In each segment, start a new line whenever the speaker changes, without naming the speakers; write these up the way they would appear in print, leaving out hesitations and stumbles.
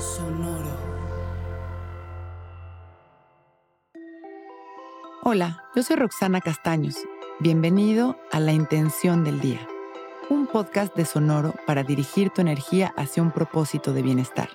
Sonoro.
Hola, yo soy Roxana Castaños. Bienvenido a La Intención del Día, un podcast de Sonoro para dirigir tu energía hacia un propósito de bienestar.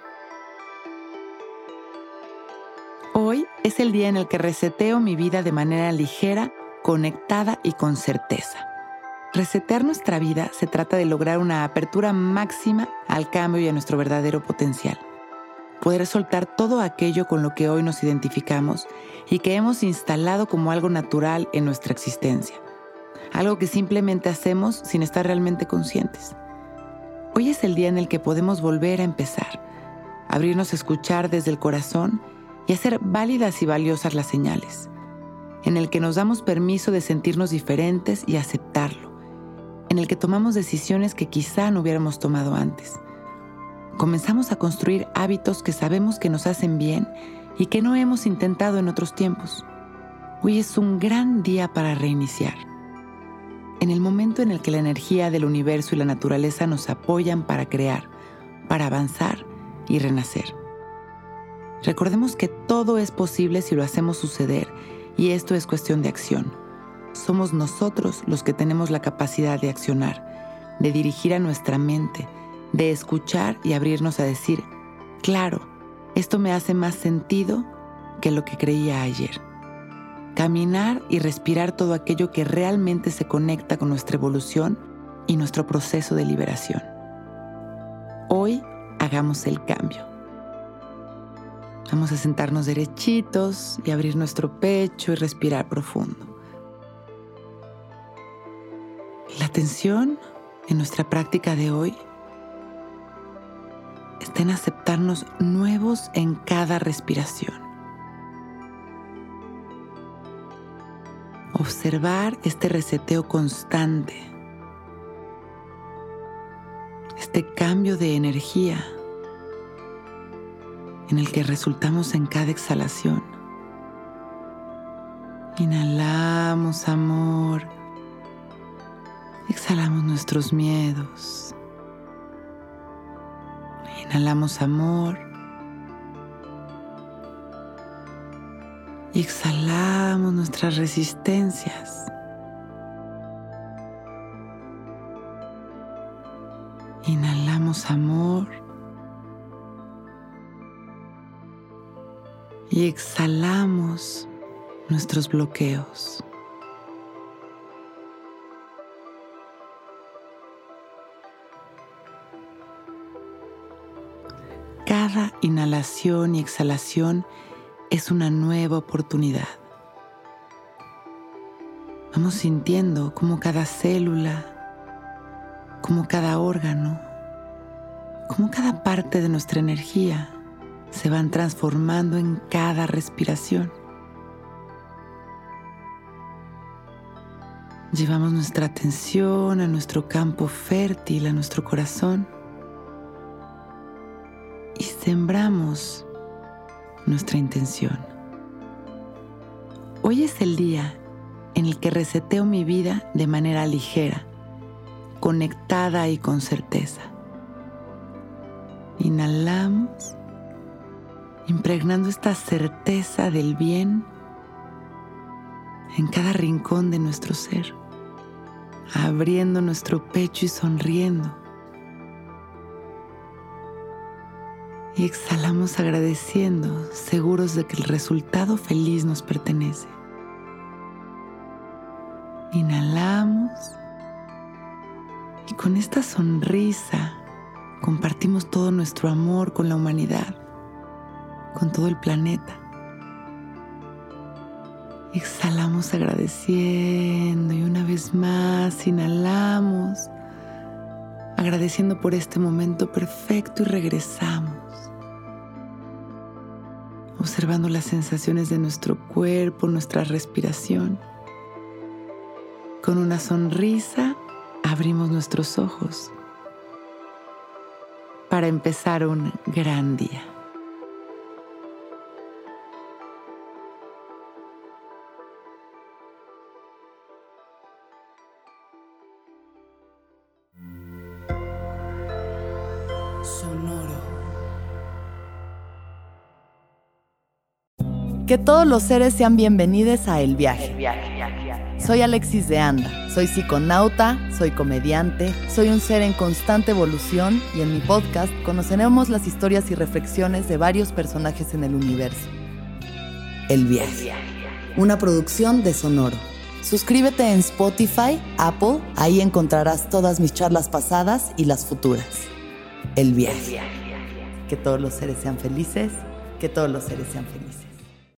Hoy es el día en el que reseteo mi vida de manera ligera, conectada y con certeza. Resetear nuestra vida se trata de lograr una apertura máxima al cambio y a nuestro verdadero potencial. Poder soltar todo aquello con lo que hoy nos identificamos y que hemos instalado como algo natural en nuestra existencia. Algo que simplemente hacemos sin estar realmente conscientes. Hoy es el día en el que podemos volver a empezar, abrirnos a escuchar desde el corazón y hacer válidas y valiosas las señales. En el que nos damos permiso de sentirnos diferentes y aceptarlo. En el que tomamos decisiones que quizá no hubiéramos tomado antes. Comenzamos a construir hábitos que sabemos que nos hacen bien y que no hemos intentado en otros tiempos. Hoy es un gran día para reiniciar. En el momento en el que la energía del universo y la naturaleza nos apoyan para crear, para avanzar y renacer. Recordemos que todo es posible si lo hacemos suceder y esto es cuestión de acción. Somos nosotros los que tenemos la capacidad de accionar, de dirigir a nuestra mente, de escuchar y abrirnos a decir, claro, esto me hace más sentido que lo que creía ayer. Caminar y respirar todo aquello que realmente se conecta con nuestra evolución y nuestro proceso de liberación. Hoy hagamos el cambio. Vamos a sentarnos derechitos y abrir nuestro pecho y respirar profundo. La atención en nuestra práctica de hoy está en aceptarnos nuevos en cada respiración. Observar este reseteo constante, este cambio de energía en el que resultamos en cada exhalación. Inhalamos amor, exhalamos nuestros miedos. Inhalamos amor y exhalamos nuestras resistencias. Inhalamos amor y exhalamos nuestros bloqueos. Cada inhalación y exhalación es una nueva oportunidad. Vamos sintiendo cómo cada célula, cómo cada órgano, cómo cada parte de nuestra energía se van transformando en cada respiración. Llevamos nuestra atención a nuestro campo fértil, a nuestro corazón. Y sembramos nuestra intención. Hoy es el día en el que reseteo mi vida de manera ligera, conectada y con certeza. Inhalamos, impregnando esta certeza del bien en cada rincón de nuestro ser, abriendo nuestro pecho y sonriendo. Y exhalamos agradeciendo, seguros de que el resultado feliz nos pertenece. Inhalamos y con esta sonrisa compartimos todo nuestro amor con la humanidad, con todo el planeta. Exhalamos agradeciendo y una vez más inhalamos, agradeciendo por este momento perfecto y regresamos. Observando las sensaciones de nuestro cuerpo, nuestra respiración. Con una sonrisa abrimos nuestros ojos para empezar un gran día.
Sonoro. Que todos los seres sean bienvenidos a El Viaje. Soy Alexis de Anda, soy psiconauta, soy comediante, soy un ser en constante evolución y en mi podcast conoceremos las historias y reflexiones de varios personajes en el universo. El Viaje, una producción de Sonoro. Suscríbete en Spotify, Apple, ahí encontrarás todas mis charlas pasadas y las futuras. El Viaje. Que todos los seres sean felices, que todos los seres sean felices.